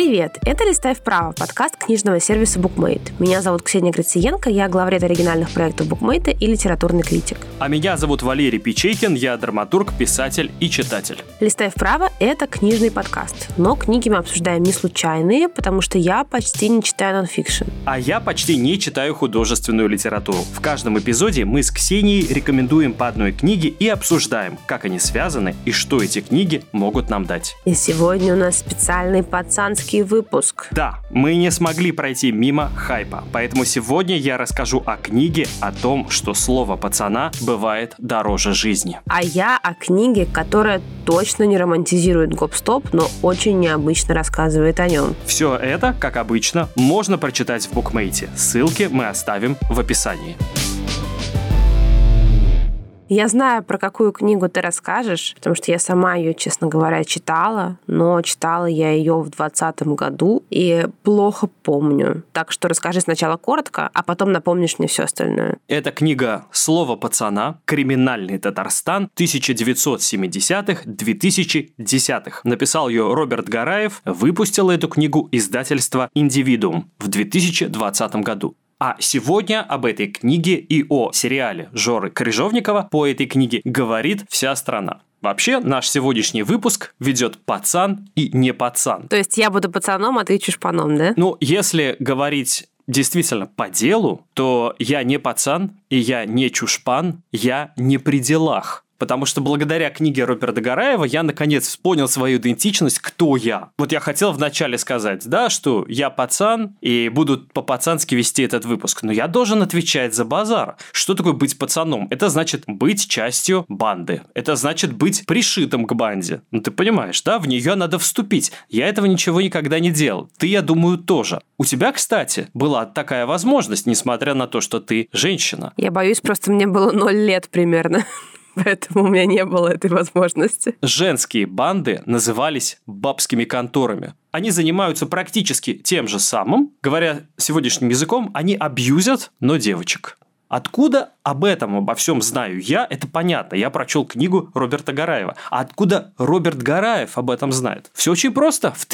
Привет! Это «Листай вправо», подкаст книжного сервиса BookMate. Меня зовут Ксения Грициенко, я главред оригинальных проектов BookMate и литературный критик. А меня зовут Валерий Печейкин, я драматург, писатель и читатель. «Листай вправо» — это книжный подкаст, но книги мы обсуждаем не случайные, потому что я почти не читаю нонфикшн. А я почти не читаю художественную литературу. В каждом эпизоде мы с Ксенией рекомендуем по одной книге и обсуждаем, как они связаны и что эти книги могут нам дать. И сегодня у нас специальный пацанский выпуск. Да, мы не смогли пройти мимо хайпа, поэтому сегодня я расскажу о книге, о том, что слово пацана бывает дороже жизни. А я о книге, которая точно не романтизирует гоп-стоп, но очень необычно рассказывает о нем. Все это, как обычно, можно прочитать в BookMate. Ссылки мы оставим в описании. Я знаю, про какую книгу ты расскажешь, потому что я сама ее, честно говоря, читала, но читала я ее в 2020 году и плохо помню. Так что расскажи сначала коротко, а потом напомнишь мне все остальное. Это книга «Слово пацана. Криминальный Татарстан 1970-2010-х». Написал ее Роберт Гараев, выпустило эту книгу издательство «Индивидуум» в 2020 году. А сегодня об этой книге и о сериале Жоры Крыжовникова по этой книге говорит вся страна. Вообще, наш сегодняшний выпуск ведет пацан и не пацан. То есть я буду пацаном, а ты чушпаном, да? Ну, если говорить действительно по делу, то я не пацан и я не чушпан, я не при делах. Потому что благодаря книге Роберта Гараева я наконец понял свою идентичность, кто я. Вот я хотел вначале сказать, да, что я пацан и буду по-пацански вести этот выпуск. Но я должен отвечать за базар. Что такое быть пацаном? Это значит быть частью банды. Это значит быть пришитым к банде. Ну ты понимаешь, да? В нее надо вступить. Я этого ничего никогда не делал. Ты, я думаю, тоже. У тебя, кстати, была такая возможность, несмотря на то, что ты женщина. Я боюсь, просто мне было 0 лет примерно. Поэтому у меня не было этой возможности. Женские банды назывались бабскими конторами. Они занимаются практически тем же самым. Говоря сегодняшним языком, они абьюзят, но девочек. Откуда обо всем знаю я, это понятно. Я прочел книгу Роберта Гараева. А откуда Роберт Гараев об этом знает? Все очень просто. В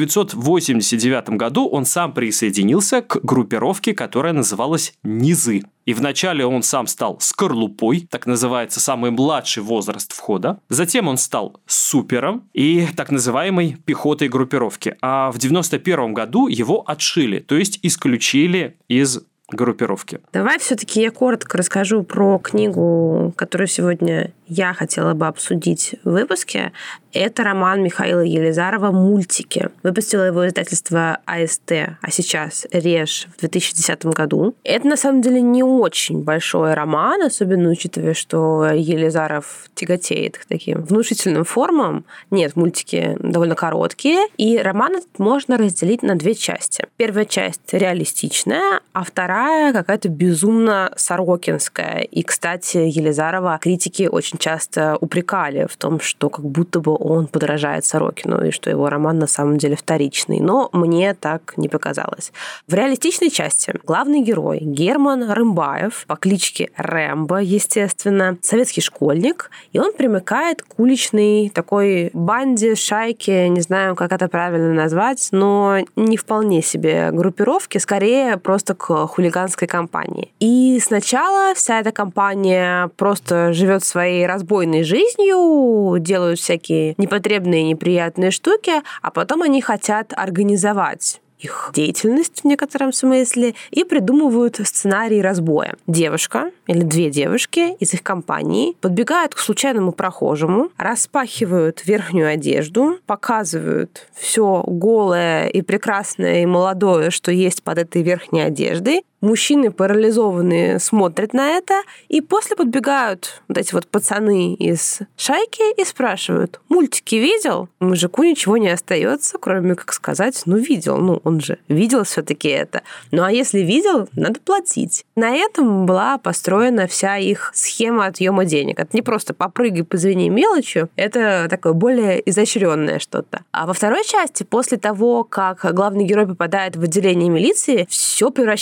1989 году он сам присоединился к группировке, которая называлась «Низы». И вначале он сам стал скорлупой, так называется самый младший возраст входа. Затем он стал супером и так называемой пехотой группировки. А в 1991 году его отшили, то есть исключили из группировки. Давай все-таки я коротко расскажу про книгу, которую сегодня я хотела бы обсудить в выпуске. Это роман Михаила Елизарова «Мультики». Выпустило его издательство АСТ, а сейчас Реж, в 2010 году. Это, на самом деле, не очень большой роман, особенно учитывая, что Елизаров тяготеет к таким внушительным формам. Нет, мультики довольно короткие, и роман этот можно разделить на 2 части. Первая часть реалистичная, а вторая какая-то безумно сорокинская. И, кстати, Елизарова критики очень часто упрекали в том, что как будто бы он подражает Сорокину, и что его роман на самом деле вторичный. Но мне так не показалось. В реалистичной части главный герой Герман Рымбаев, по кличке Рэмбо, естественно, советский школьник, и он примыкает к уличной такой банде, шайке, не знаю, как это правильно назвать, но не вполне себе группировке, скорее просто к хулиганской компании. И сначала вся эта компания просто живет своей разбойной жизнью, делают всякие непотребные, неприятные штуки, а потом они хотят организовать их деятельность в некотором смысле и придумывают сценарий разбоя. Девушка или 2 девушки из их компании подбегают к случайному прохожему, распахивают верхнюю одежду, показывают все голое и прекрасное и молодое, что есть под этой верхней одеждой. Мужчины парализованные смотрят на это, и после подбегают вот эти вот пацаны из шайки и спрашивают: «Мультики видел?» Мужику ничего не остается, кроме как сказать: «Ну, видел». Ну, он же видел все-таки это. Ну, а если видел, надо платить. На этом была построена вся их схема отъема денег. Это не просто попрыгай, позвони мелочью, это такое более изощренное что-то. А во второй части, после того, как главный герой попадает в отделение милиции, все превращается с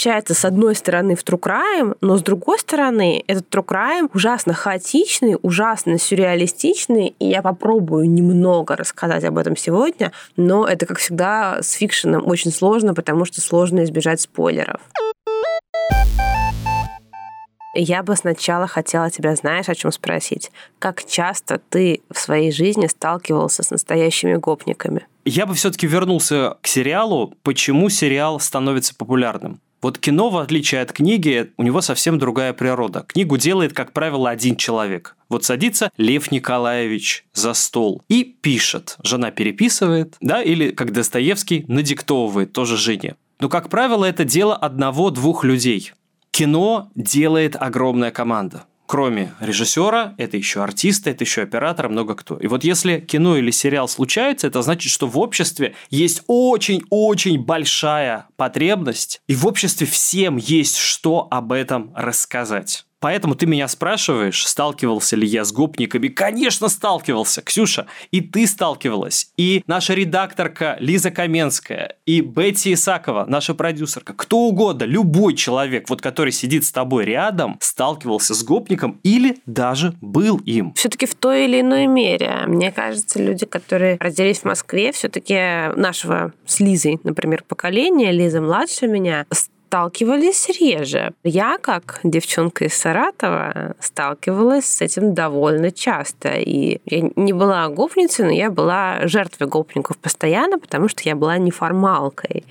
одной стороны, в true crime, но с другой стороны, этот true crime ужасно хаотичный, ужасно сюрреалистичный, и я попробую немного рассказать об этом сегодня, но это, как всегда, с фикшеном очень сложно, потому что сложно избежать спойлеров. Я бы сначала хотела тебя, знаешь, о чем спросить? Как часто ты в своей жизни сталкивался с настоящими гопниками? Я бы все-таки вернулся к сериалу. Почему сериал становится популярным? Вот кино, в отличие от книги, у него совсем другая природа. Книгу делает, как правило, один человек. Вот садится Лев Николаевич за стол и пишет. Жена переписывает, да, или, как Достоевский, надиктовывает тоже жене. Но, как правило, это дело одного-двух людей. Кино делает огромная команда. Кроме режиссера, это еще артисты, это еще оператор, много кто. И вот если кино или сериал случается, это значит, что в обществе есть очень-очень большая потребность, и в обществе всем есть что об этом рассказать. Поэтому ты меня спрашиваешь, сталкивался ли я с гопниками? Конечно, сталкивался, Ксюша. И ты сталкивалась. И наша редакторка Лиза Каменская, и Бетти Исакова, наша продюсерка. Кто угодно, любой человек, вот который сидит с тобой рядом, сталкивался с гопником или даже был им. Все-таки в той или иной мере. Мне кажется, люди, которые родились в Москве, все-таки нашего с Лизой, например, поколения, Лиза младше меня, сталкивались реже. Я, как девчонка из Саратова, сталкивалась с этим довольно часто. И я не была гопницей, но я была жертвой гопников постоянно, потому что я была неформалкой.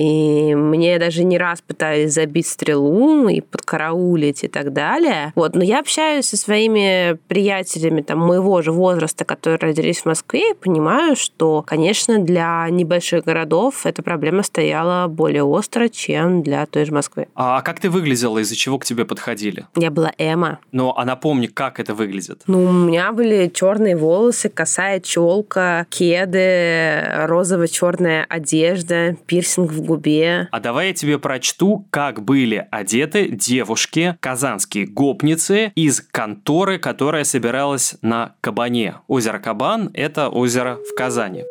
И мне даже не раз пытались забить стрелу и подкараулить и так далее. Вот. Но я общаюсь со своими приятелями там, моего же возраста, которые родились в Москве, и понимаю, что, конечно, для небольших городов эта проблема стояла более остро, чем для той же Москвы. А как ты выглядела, из-за чего к тебе подходили? Я была эмо. А напомни, как это выглядит? У меня были черные волосы, косая челка, кеды, розово-черная одежда, пирсинг в губе. А давай я тебе прочту, как были одеты девушки, казанские гопницы из конторы, которая собиралась на Кабане. Озеро Кабан – это озеро в Казани.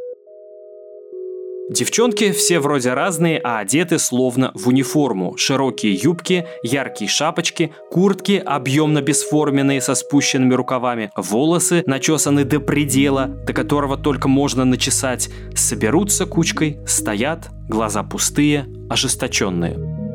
Девчонки все вроде разные, а одеты словно в униформу. Широкие юбки, яркие шапочки, куртки объемно-бесформенные со спущенными рукавами, волосы начесаны до предела, до которого только можно начесать, соберутся кучкой, стоят, глаза пустые, ожесточенные.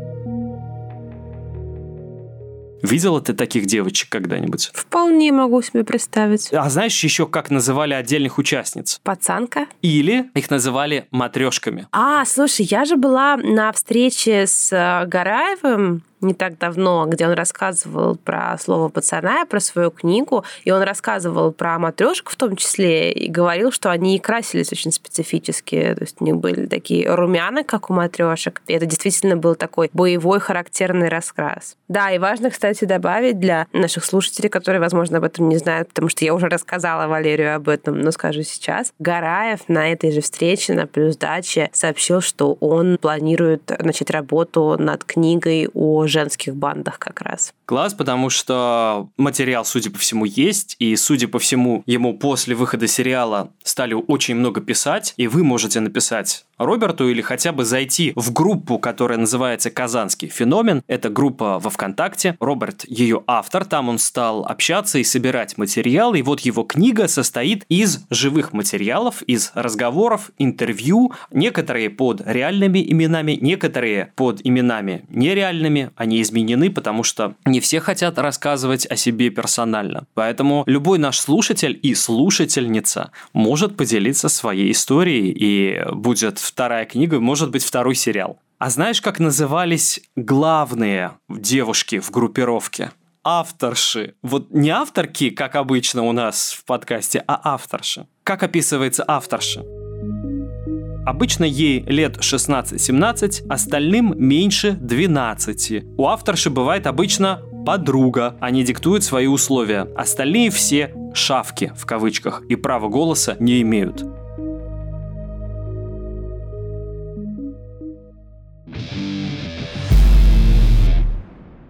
Видела ты таких девочек когда-нибудь? Вполне могу себе представить. А знаешь еще, как называли отдельных участниц? Пацанка. Или их называли матрешками. Слушай, я же была на встрече с Гараевым не так давно, где он рассказывал про слово пацана, про свою книгу, и он рассказывал про матрешек в том числе, и говорил, что они и красились очень специфически, то есть у них были такие румяна, как у матрешек, и это действительно был такой боевой характерный раскрас. Да, и важно, кстати, добавить для наших слушателей, которые, возможно, об этом не знают, потому что я уже рассказала Валерию об этом, но скажу сейчас. Гараев на этой же встрече, на Плюсдаче, сообщил, что он планирует начать работу над книгой о женских бандах как раз. Класс, потому что материал, судя по всему, есть, и, судя по всему, ему после выхода сериала стали очень много писать, и вы можете написать Роберту или хотя бы зайти в группу, которая называется «Казанский феномен». Это группа во ВКонтакте. Роберт ее автор. Там он стал общаться и собирать материалы. И вот его книга состоит из живых материалов, из разговоров, интервью. Некоторые под реальными именами, некоторые под именами нереальными. Они изменены, потому что не все хотят рассказывать о себе персонально. Поэтому любой наш слушатель и слушательница может поделиться своей историей, и будет вторая книга, может быть, второй сериал. А знаешь, как назывались главные девушки в группировке? Авторши. Вот не авторки, как обычно у нас в подкасте, а авторши. Как описывается авторша? Обычно ей лет 16-17, остальным меньше 12. У авторши бывает обычно подруга, они диктуют свои условия. Остальные все «шавки» в кавычках и права голоса не имеют.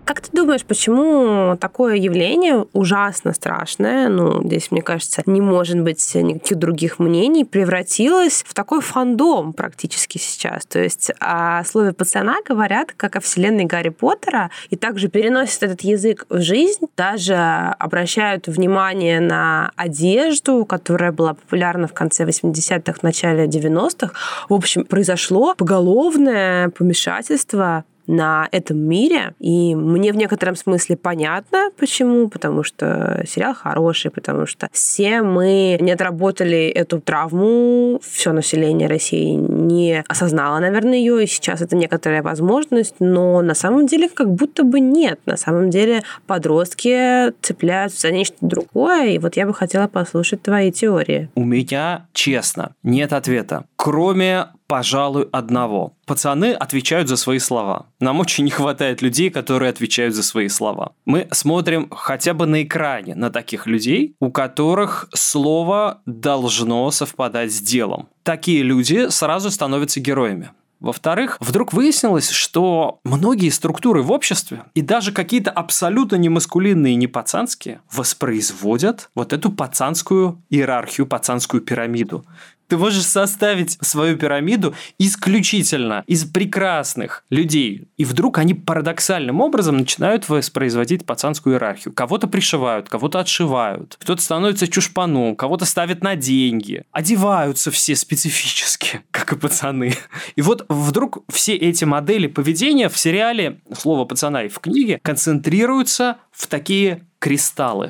Как ты думаешь, почему такое явление ужасно страшное, здесь, мне кажется, не может быть никаких других мнений, превратилось в такой фандом практически сейчас? То есть о слове «пацана» говорят как о вселенной Гарри Поттера, и также переносят этот язык в жизнь, даже обращают внимание на одежду, которая была популярна в конце 80-х, начале 90-х. В общем, произошло поголовное помешательство на этом мире. И мне в некотором смысле понятно, почему. Потому что сериал хороший, потому что все мы не отработали эту травму, все население России не осознало, наверное, ее, и сейчас это некоторая возможность, но на самом деле как будто бы нет. На самом деле подростки цепляются за нечто другое, и вот я бы хотела послушать твои теории. У меня, честно, нет ответа. Кроме, пожалуй, одного. Пацаны отвечают за свои слова. Нам очень не хватает людей, которые отвечают за свои слова. Мы смотрим хотя бы на экране на таких людей, у которых слово должно совпадать с делом. Такие люди сразу становятся героями. Во-вторых, вдруг выяснилось, что многие структуры в обществе и даже какие-то абсолютно не маскулинные, не пацанские воспроизводят вот эту пацанскую иерархию, пацанскую пирамиду. Ты можешь составить свою пирамиду исключительно из прекрасных людей. И вдруг они парадоксальным образом начинают воспроизводить пацанскую иерархию. Кого-то пришивают, кого-то отшивают. Кто-то становится чушпаном, кого-то ставят на деньги. Одеваются все специфически, как и пацаны. И вот вдруг все эти модели поведения в сериале «Слово пацана» и в книге концентрируются в такие кристаллы.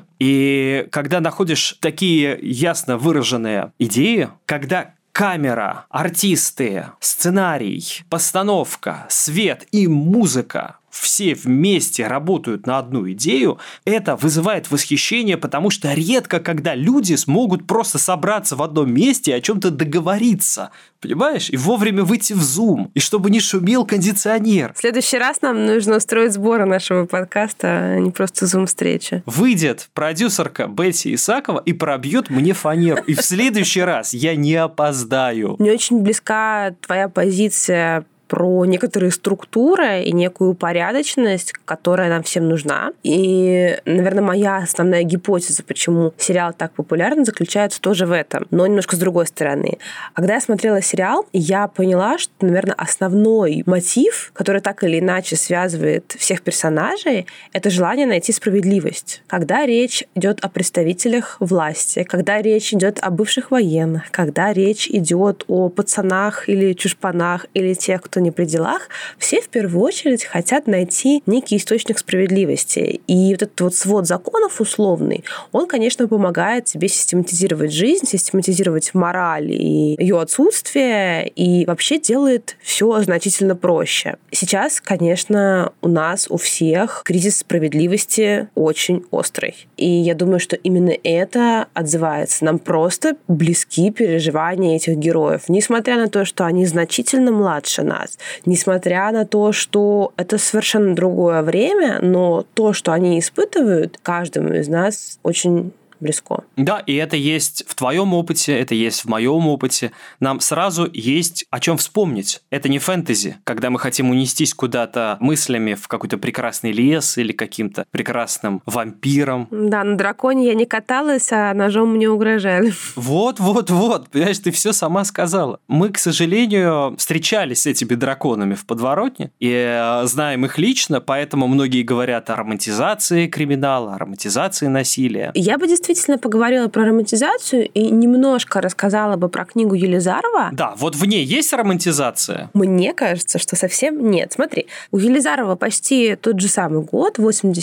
И когда находишь такие ясно выраженные идеи, когда камера, артисты, сценарий, постановка, свет и музыка все вместе работают на одну идею, это вызывает восхищение, потому что редко когда люди смогут просто собраться в одном месте и о чем-то договориться, понимаешь? И вовремя выйти в Zoom, и чтобы не шумел кондиционер. В следующий раз нам нужно устроить сборы нашего подкаста, а не просто Zoom-встречи. Выйдет продюсерка Бетти Исакова и пробьет мне фанеру. И в следующий раз я не опоздаю. Мне очень близка твоя позиция про некоторые структуры и некую упорядоченность, которая нам всем нужна. И, наверное, моя основная гипотеза, почему сериал так популярен, заключается тоже в этом, но немножко с другой стороны. Когда я смотрела сериал, я поняла, что, наверное, основной мотив, который так или иначе связывает всех персонажей, это желание найти справедливость. Когда речь идет о представителях власти, когда речь идет о бывших военных, когда речь идет о пацанах или чушпанах, или тех, кто не при делах, все в первую очередь хотят найти некий источник справедливости. И вот этот вот свод законов условный, он, конечно, помогает тебе систематизировать жизнь, систематизировать мораль и ее отсутствие, и вообще делает все значительно проще. Сейчас, конечно, у нас, у всех кризис справедливости очень острый. И я думаю, что именно это отзывается. Нам просто близки переживания этих героев. Несмотря на то, что они значительно младше нас, несмотря на то, что это совершенно другое время, но то, что они испытывают, каждому из нас очень близко. Да, и это есть в твоем опыте, это есть в моем опыте. Нам сразу есть о чем вспомнить. Это не фэнтези, когда мы хотим унестись куда-то мыслями в какой-то прекрасный лес или каким-то прекрасным вампиром. Да, на драконе я не каталась, а ножом мне угрожали. Вот, понимаешь, ты все сама сказала. Мы, к сожалению, встречались с этими драконами в подворотне и знаем их лично, поэтому многие говорят о романтизации криминала, о романтизации насилия. Я бы действительно поговорила про романтизацию и немножко рассказала бы про книгу Елизарова. Да, вот в ней есть романтизация? Мне кажется, что совсем нет. Смотри, у Елизарова почти тот же самый год,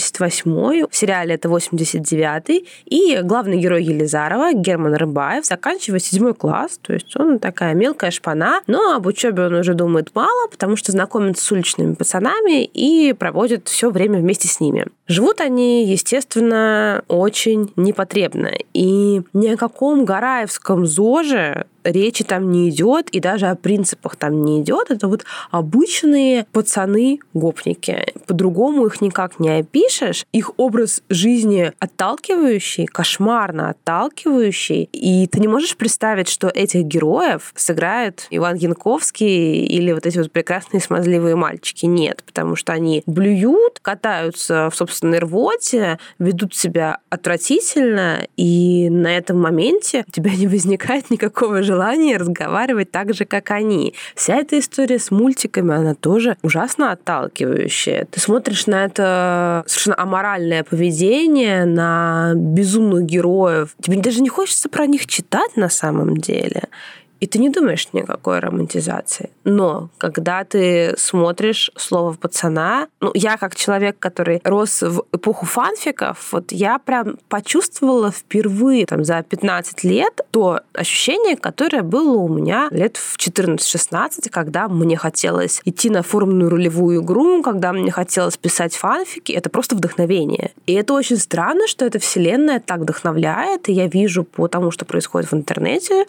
88-й, в сериале это 89-й, и главный герой Елизарова, Герман Рыбаев, заканчивает 7 класс, то есть он такая мелкая шпана, но об учебе он уже думает мало, потому что знакомится с уличными пацанами и проводит все время вместе с ними. Живут они, естественно, очень непотребно. И ни о каком гараевском ЗОЖе речи там не идет, и даже о принципах там не идет. Это вот обычные пацаны-гопники. По-другому их никак не опишешь. Их образ жизни отталкивающий, кошмарно отталкивающий. И ты не можешь представить, что этих героев сыграет Иван Янковский или вот эти вот прекрасные смазливые мальчики. Нет, потому что они блюют, катаются в собственной рвоте, ведут себя отвратительно, и на этом моменте у тебя не возникает никакого желания разговаривать так же, как они. Вся эта история с мультиками, она тоже ужасно отталкивающая. Ты смотришь на это совершенно аморальное поведение, на безумных героев. Тебе даже не хочется про них читать на самом деле. И ты не думаешь никакой романтизации. Но когда ты смотришь «Слово пацана», я как человек, который рос в эпоху фанфиков, вот я прям почувствовала впервые за 15 лет то ощущение, которое было у меня лет в 14-16, когда мне хотелось идти на форумную ролевую игру, когда мне хотелось писать фанфики. Это просто вдохновение. И это очень странно, что эта вселенная так вдохновляет. И я вижу по тому, что происходит в интернете,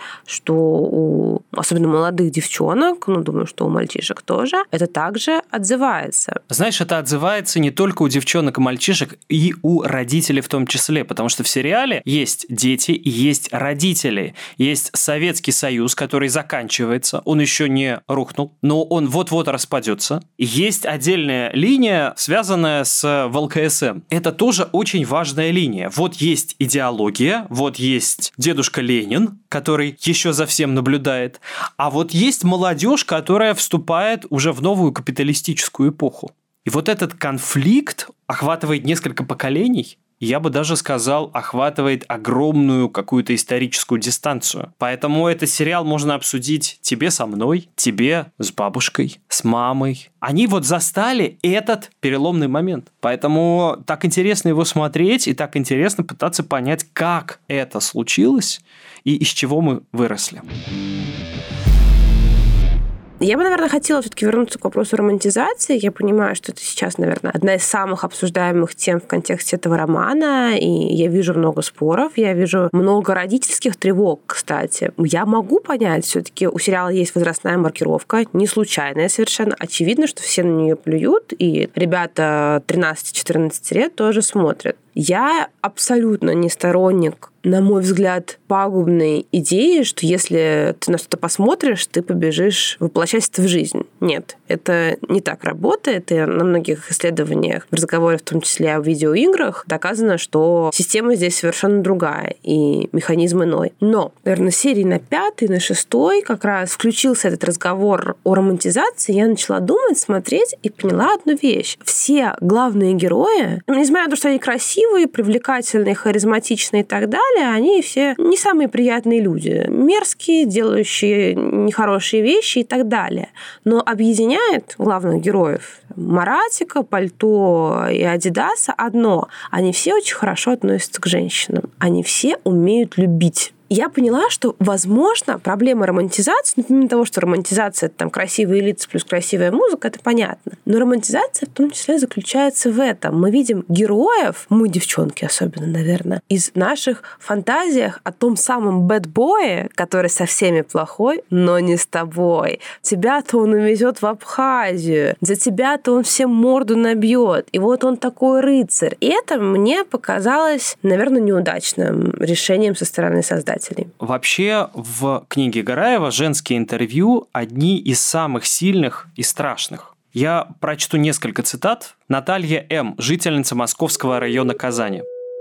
что особенно молодых девчонок, думаю, что у мальчишек тоже, это также отзывается. Знаешь, это отзывается не только у девчонок и мальчишек, и у родителей в том числе, потому что в сериале есть дети и есть родители. Есть Советский Союз, который заканчивается, он еще не рухнул, но он вот-вот распадется. Есть отдельная линия, связанная с ВЛКСМ. Это тоже очень важная линия. Вот есть идеология, вот есть дедушка Ленин, который еще за всем наблюдает, а вот есть молодежь, которая вступает уже в новую капиталистическую эпоху. И вот этот конфликт охватывает несколько поколений, я бы даже сказал, охватывает огромную какую-то историческую дистанцию. Поэтому этот сериал можно обсудить тебе со мной, тебе с бабушкой, с мамой. Они вот застали этот переломный момент. Поэтому так интересно его смотреть и так интересно пытаться понять, как это случилось и из чего мы выросли. Я бы, наверное, хотела все-таки вернуться к вопросу романтизации. Я понимаю, что это сейчас, наверное, одна из самых обсуждаемых тем в контексте этого романа, и я вижу много споров, я вижу много родительских тревог, кстати. Я могу понять, все-таки у сериала есть возрастная маркировка, не случайная совершенно. Очевидно, что все на нее плюют, и ребята 13-14 лет тоже смотрят. Я абсолютно не сторонник, на мой взгляд, пагубной идеи, что если ты на что-то посмотришь, ты побежишь воплощать это в жизнь. Нет, это не так работает, и на многих исследованиях, в разговоре в том числе о видеоиграх, доказано, что система здесь совершенно другая, и механизм иной. Но, наверное, серии на 5-й, на 6-й как раз включился этот разговор о романтизации, я начала думать, смотреть и поняла одну вещь. Все главные герои, несмотря на то, что они красивые, привлекательные, харизматичные и так далее, они все не самые приятные люди. Мерзкие, делающие нехорошие вещи и так далее. Но объединяет главных героев Маратика, Пальто и Адидаса одно. Они все очень хорошо относятся к женщинам. Они все умеют любить. Я поняла, что, возможно, проблема романтизации, помимо того, что романтизация — это красивые лица плюс красивая музыка, это понятно. Но романтизация в том числе заключается в этом. Мы видим героев, мы, девчонки особенно, наверное, из наших фантазиях о том самом бэдбое, который со всеми плохой, но не с тобой. Тебя-то он увезет в Абхазию, за тебя-то он всем морду набьет. И вот он такой рыцарь. И это мне показалось, наверное, неудачным решением со стороны создателей. Вообще, в книге Гараева женские интервью одни из самых сильных и страшных. Я прочту несколько цитат. Наталья М., жительница Московского района Казани.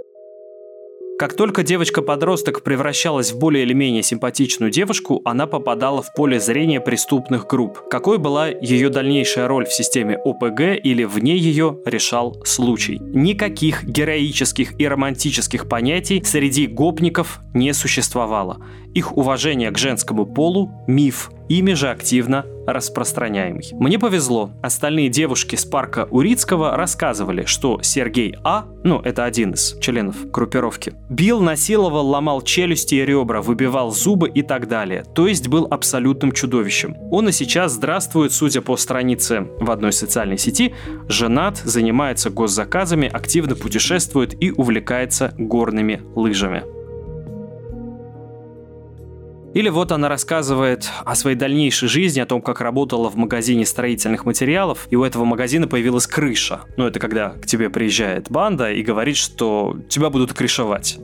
Как только девочка-подросток превращалась в более или менее симпатичную девушку, она попадала в поле зрения преступных групп. Какой была ее дальнейшая роль в системе ОПГ или вне ее, решал случай. Никаких героических и романтических понятий среди гопников не существовало. Их уважение к женскому полу – миф, ими же активно распространяемый. Мне повезло. Остальные девушки с парка Урицкого рассказывали, что Сергей А., это один из членов группировки, бил, насиловал, ломал челюсти и ребра, выбивал зубы и так далее. То есть был абсолютным чудовищем. Он и сейчас здравствует, судя по странице в одной социальной сети, женат, занимается госзаказами, активно путешествует и увлекается горными лыжами. Или вот она рассказывает о своей дальнейшей жизни, о том, как работала в магазине строительных материалов, и у этого магазина появилась крыша. Ну, это когда к тебе приезжает банда и говорит, что тебя будут крышевать.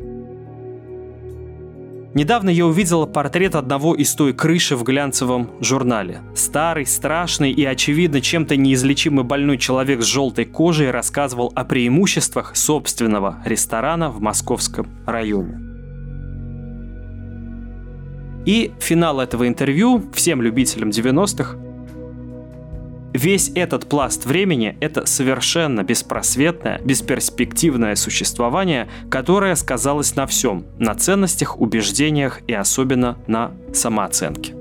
Недавно я увидела портрет одного из той крыши в глянцевом журнале. Старый, страшный и, очевидно, чем-то неизлечимо больной человек с желтой кожей рассказывал о преимуществах собственного ресторана в московском районе. И финал этого интервью всем любителям 90-х. Весь этот пласт времени – это совершенно беспросветное, бесперспективное существование, которое сказалось на всем – на ценностях, убеждениях и особенно на самооценке.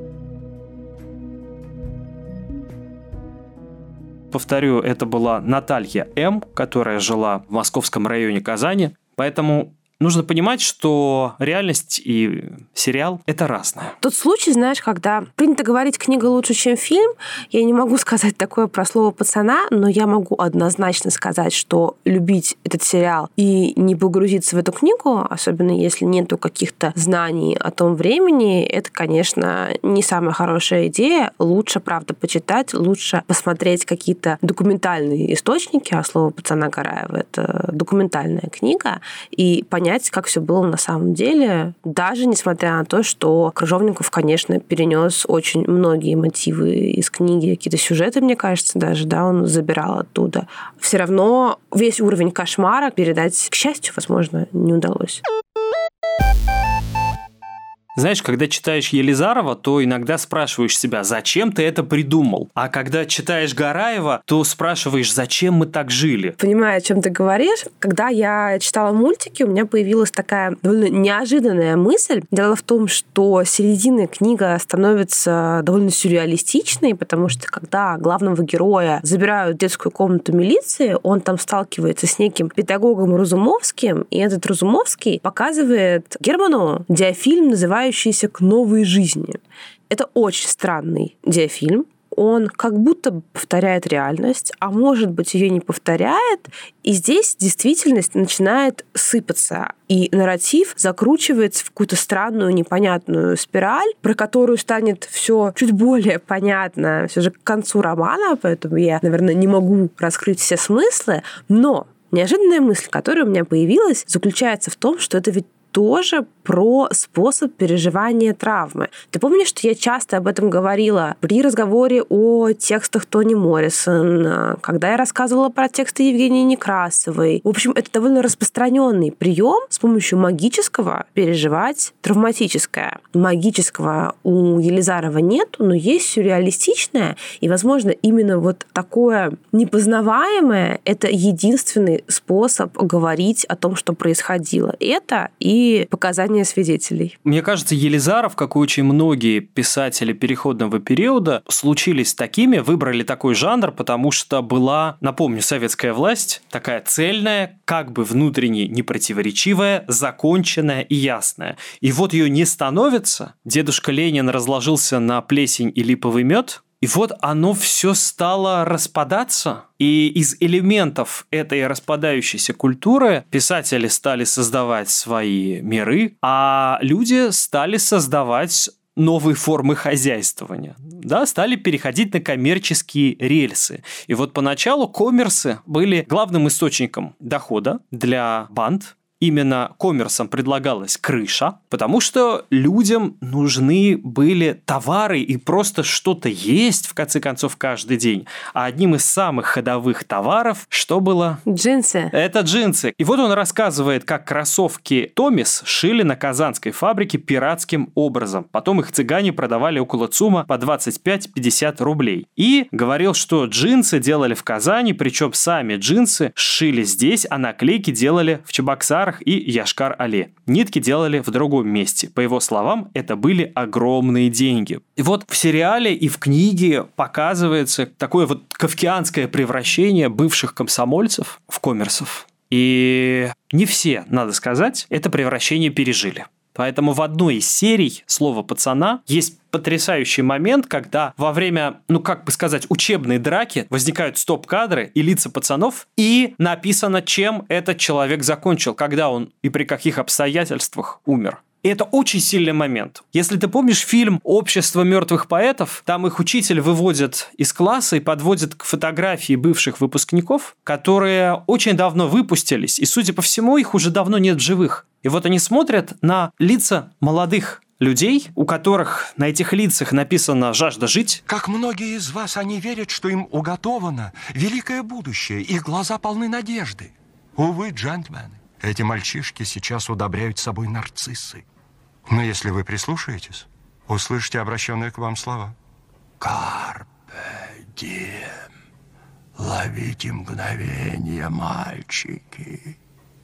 Повторю, это была Наталья М., которая жила в московском районе Казани, поэтому нужно понимать, что реальность и сериал – это разное. Тот случай, знаешь, когда принято говорить «книга лучше, чем фильм», я не могу сказать такое про слово «пацана», но я могу однозначно сказать, что любить этот сериал и не погрузиться в эту книгу, особенно если нету каких-то знаний о том времени, это, конечно, не самая хорошая идея. Лучше, правда, почитать, лучше посмотреть какие-то документальные источники, а слово «пацана» Гараева – это документальная книга, и понять, как все было на самом деле, даже несмотря на то, что Крыжовников, конечно, перенес очень многие мотивы из книги, какие-то сюжеты, мне кажется, даже, да, он забирал оттуда. Все равно весь уровень кошмара передать, к счастью, возможно, не удалось. Знаешь, когда читаешь Елизарова, то иногда спрашиваешь себя, зачем ты это придумал? А когда читаешь Гараева, то спрашиваешь, зачем мы так жили? Понимаю, о чем ты говоришь. Когда я читала мультики, у меня появилась такая довольно неожиданная мысль. Дело в том, что середина книга становится довольно сюрреалистичной, потому что когда главного героя забирают в детскую комнату милиции, он там сталкивается с неким педагогом Разумовским, и этот Разумовский показывает Герману диафильм, называющийся «К новой жизни». Это очень странный диафильм. Он как будто повторяет реальность, а может быть, ее не повторяет. И здесь действительность начинает сыпаться. И нарратив закручивается в какую-то странную, непонятную спираль, про которую станет все чуть более понятно все же к концу романа, поэтому я, наверное, не могу раскрыть все смыслы. Но неожиданная мысль, которая у меня появилась, заключается в том, что это ведь тоже про способ переживания травмы. Ты помнишь, что я часто об этом говорила при разговоре о текстах Тони Моррисон, когда я рассказывала про тексты Евгении Некрасовой. В общем, это довольно распространенный прием с помощью магического переживать травматическое. Магического у Елизарова нет, но есть сюрреалистичное, и, возможно, именно вот такое непознаваемое — это единственный способ говорить о том, что происходило. Это и показания свидетелей. Мне кажется, Елизаров, как и очень многие писатели переходного периода, случились такими, выбрали такой жанр, потому что была, напомню, советская власть, такая цельная, как бы внутренне непротиворечивая, законченная и ясная. И вот ее не становится. Дедушка Ленин разложился на плесень и липовый мед, и вот оно все стало распадаться. И из элементов этой распадающейся культуры писатели стали создавать свои миры, а люди стали создавать новые формы хозяйствования. Да, стали переходить на коммерческие рельсы. И вот поначалу коммерсы были главным источником дохода для банд. Именно коммерсам предлагалась крыша, потому что людям нужны были товары и просто что-то есть, в конце концов, каждый день. А одним из самых ходовых товаров что было? Джинсы. Это джинсы. И вот он рассказывает, как кроссовки Томис шили на казанской фабрике пиратским образом. Потом их цыгане продавали около ЦУМа по 25-50 рублей. И говорил, что джинсы делали в Казани, причем сами джинсы шили здесь, а наклейки делали в Чебоксарах и Йошкар-Оле. Нитки делали в другом месте. По его словам, это были огромные деньги. И вот в сериале и в книге показывается такое вот кафкианское превращение бывших комсомольцев в коммерсов. И не все, надо сказать, это превращение пережили. Поэтому в одной из серий «Слово пацана» есть потрясающий момент, когда во время, учебной драки возникают стоп-кадры и лица пацанов, и написано, чем этот человек закончил, когда он и при каких обстоятельствах умер. И это очень сильный момент. Если ты помнишь фильм «Общество мертвых поэтов», там их учитель выводит из класса и подводит к фотографии бывших выпускников, которые очень давно выпустились, и, судя по всему, их уже давно нет в живых. И вот они смотрят на лица молодых людей, у которых на этих лицах написано «жажда жить». Как многие из вас, они верят, что им уготовано великое будущее, их глаза полны надежды. Увы, джентльмены, эти мальчишки сейчас удобряют собой нарциссы. Но если вы прислушаетесь, услышите обращенные к вам слова. «Карпе дием». Ловите мгновение, мальчики.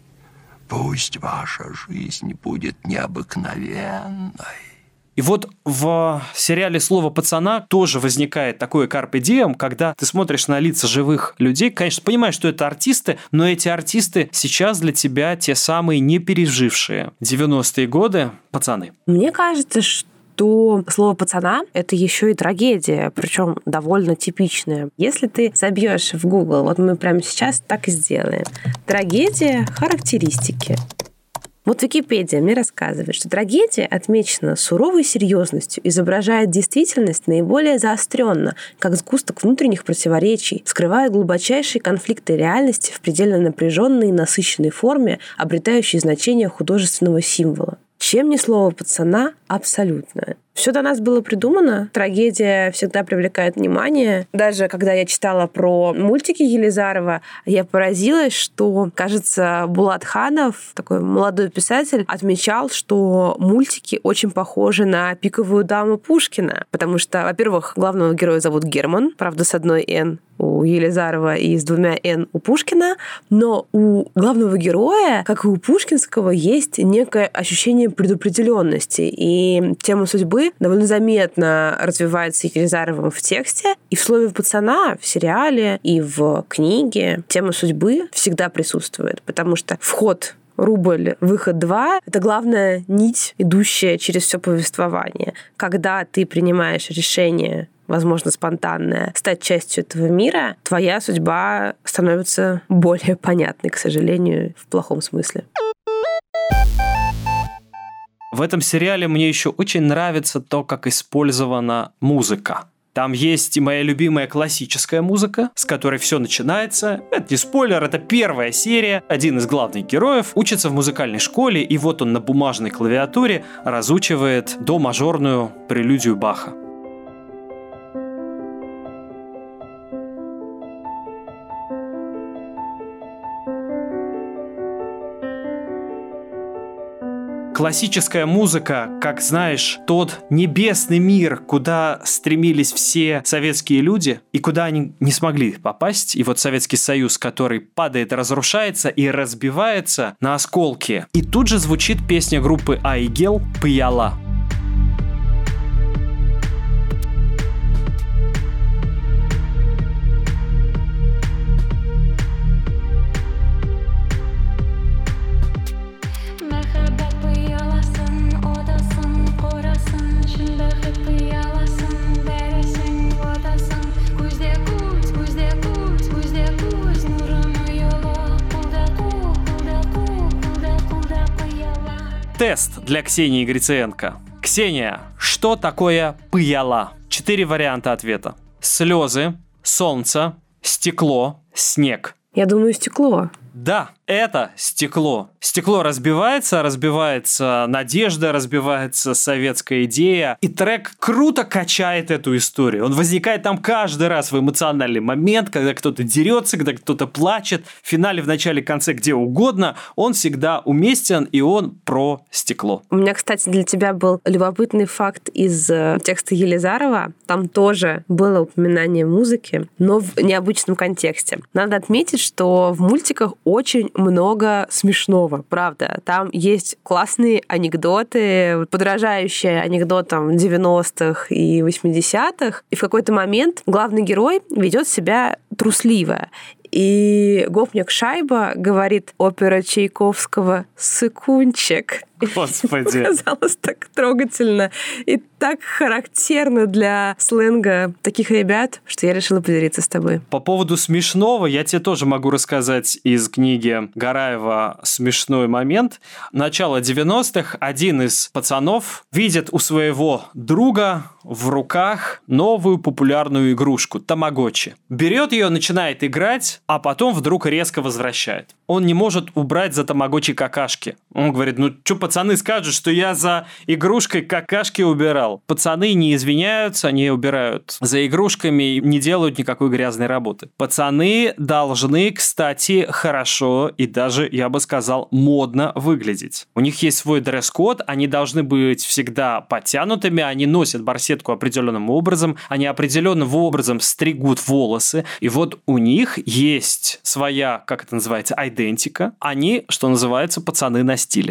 Пусть ваша жизнь будет необыкновенной. И вот в сериале «Слово пацана» тоже возникает такое «Карпе дием», когда ты смотришь на лица живых людей, конечно, понимаешь, что это артисты, но эти артисты сейчас для тебя те самые не пережившие 90-е годы пацаны. Мне кажется, что слово «пацана» — это еще и трагедия, причем довольно типичная. Если ты забьешь в Google, вот мы прямо сейчас так и сделаем. Трагедия, характеристики. Вот Википедия мне рассказывает, что трагедия отмечена суровой серьезностью, изображает действительность наиболее заостренно, как сгусток внутренних противоречий, скрывает глубочайшие конфликты реальности в предельно напряженной и насыщенной форме, обретающей значение художественного символа. Чем не слово «пацана» абсолютно. Все до нас было придумано. Трагедия всегда привлекает внимание. Даже когда я читала про мультики Елизарова, я поразилась, что, кажется, Булат Ханов, такой молодой писатель, отмечал, что мультики очень похожи на «Пиковую даму» Пушкина. Потому что, во-первых, главного героя зовут Герман, правда, с одной «Н» у Елизарова и с двумя «Н» у Пушкина, но у главного героя, как и у Пушкинского, есть некое ощущение предопределенности, и тема судьбы довольно заметно развивается Елизаровым в тексте, и в слове «пацана», в сериале и в книге тема судьбы всегда присутствует, потому что вход рубль, выход 2 — это главная нить, идущая через все повествование. Когда ты принимаешь решение, возможно, спонтанное, стать частью этого мира, твоя судьба становится более понятной, к сожалению, в плохом смысле. В этом сериале мне еще очень нравится то, как использована музыка. Там есть и моя любимая классическая музыка, с которой все начинается. Это не спойлер, это первая серия. Один из главных героев учится в музыкальной школе, и вот он на бумажной клавиатуре разучивает до-мажорную прелюдию Баха. Классическая музыка, как знаешь, тот небесный мир, куда стремились все советские люди и куда они не смогли попасть. И вот Советский Союз, который падает, разрушается и разбивается на осколки. И тут же звучит песня группы Айгел «Пыяла». Тест для Ксении Гриценко. Ксения, что такое пыяла? 4 варианта ответа. Слезы, солнце, стекло, снег. Я думаю, стекло. Да, это стекло. Стекло разбивается надежда, разбивается советская идея. И трек круто качает эту историю. Он возникает там каждый раз в эмоциональный момент, когда кто-то дерется, когда кто-то плачет. В финале, в начале, конце, где угодно. Он всегда уместен, и он про стекло. У меня, кстати, для тебя был любопытный факт из текста Елизарова. Там тоже было упоминание музыки, но в необычном контексте. Надо отметить, что в мультиках очень много смешного, правда. Там есть классные анекдоты, подражающие анекдотам 90-х и 80-х. И в какой-то момент главный герой ведет себя трусливо. И гопник Шайба говорит опера Чайковского «Сыкунчик». Господи. Казалось так трогательно. И так характерно для сленга таких ребят, что я решила поделиться с тобой. По поводу смешного, я тебе тоже могу рассказать из книги Гараева смешной момент. Начало 90-х. Один из пацанов видит у своего друга в руках новую популярную игрушку – тамагочи. Берет ее, начинает играть, а потом вдруг резко возвращает. Он не может убрать за тамагочи какашки. Он говорит, ну что пацаны скажут, что я за игрушкой какашки убирал. Пацаны не извиняются, они убирают за игрушками и не делают никакой грязной работы. Пацаны должны, кстати, хорошо и даже, я бы сказал, модно выглядеть. У них есть свой дресс-код, они должны быть всегда подтянутыми, они носят барсетку определенным образом, они определенным образом стригут волосы. И вот у них есть своя, как это называется, идентика. Они, что называется, пацаны на стиле.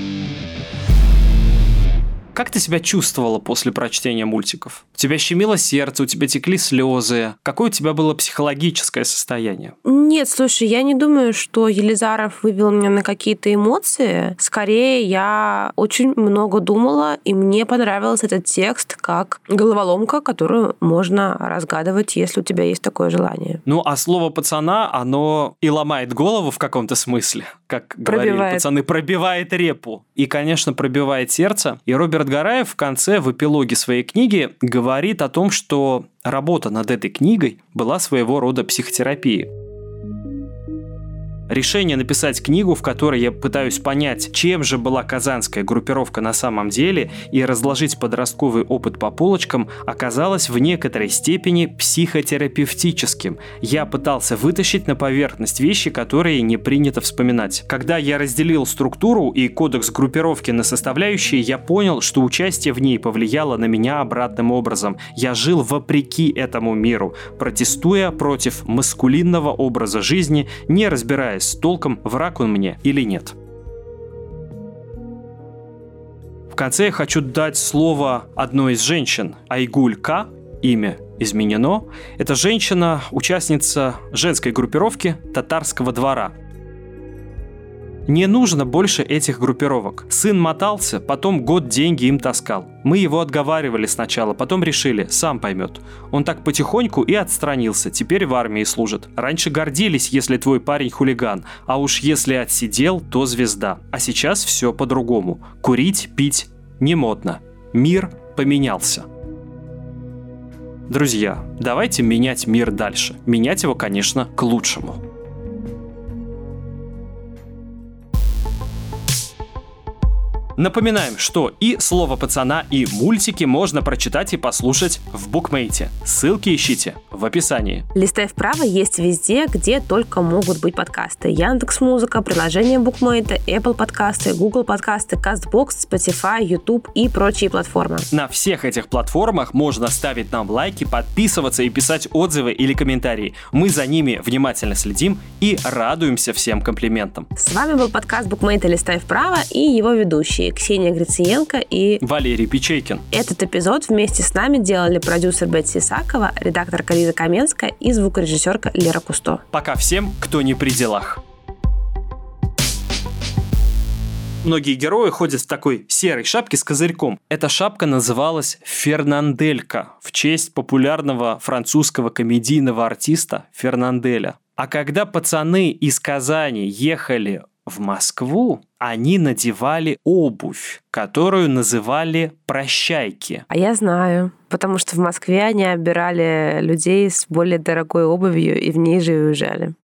Как ты себя чувствовала после прочтения мультиков? У тебя щемило сердце, у тебя текли слезы. Какое у тебя было психологическое состояние? Нет, слушай, я не думаю, что Елизаров вывел меня на какие-то эмоции. Скорее, я очень много думала, и мне понравился этот текст как головоломка, которую можно разгадывать, если у тебя есть такое желание. Ну, а слово «пацана», оно и ломает голову в каком-то смысле. Как говорили пацаны, пробивает репу. И, конечно, пробивает сердце. И Роберт Гараев в конце, в эпилоге своей книги, говорит о том, что работа над этой книгой была своего рода психотерапией. Решение написать книгу, в которой я пытаюсь понять, чем же была казанская группировка на самом деле, и разложить подростковый опыт по полочкам, оказалось в некоторой степени психотерапевтическим. Я пытался вытащить на поверхность вещи, которые не принято вспоминать. Когда я разделил структуру и кодекс группировки на составляющие, я понял, что участие в ней повлияло на меня обратным образом. Я жил вопреки этому миру, протестуя против маскулинного образа жизни, не разбираясь с толком, враг он мне или нет. В конце я хочу дать слово одной из женщин. Айгуль К. Имя изменено. Это женщина, участница женской группировки татарского двора. Не нужно больше этих группировок. Сын мотался, потом год деньги им таскал. Мы его отговаривали сначала, потом решили, сам поймет. Он так потихоньку и отстранился, теперь в армии служит. Раньше гордились, если твой парень хулиган, а уж если отсидел, то звезда. А сейчас все по-другому. Курить, пить не модно. Мир поменялся. Друзья, давайте менять мир дальше. Менять его, конечно, к лучшему. Напоминаем, что и «Слово пацана», и мультики можно прочитать и послушать в Букмейте. Ссылки ищите в описании. «Листай вправо» есть везде, где только могут быть подкасты. Яндекс.Музыка, приложение Букмейта, Apple подкасты, Google подкасты, Castbox, Spotify, YouTube и прочие платформы. На всех этих платформах можно ставить нам лайки, подписываться и писать отзывы или комментарии. Мы за ними внимательно следим и радуемся всем комплиментам. С вами был подкаст Букмейта «Листай вправо» и его ведущие Ксения Грицыенко и Валерий Печейкин. Этот эпизод вместе с нами делали продюсер Бетси Исакова, редакторка Лиза Каменская и звукорежиссерка Лера Кусто. Пока всем, кто не при делах. Многие герои ходят в такой серой шапке с козырьком. Эта шапка называлась Фернанделька в честь популярного французского комедийного артиста Фернанделя. А когда пацаны из Казани ехали в Москву, они надевали обувь, которую называли прощайки. А я знаю, потому что в Москве они обирали людей с более дорогой обувью и в ней же и уезжали.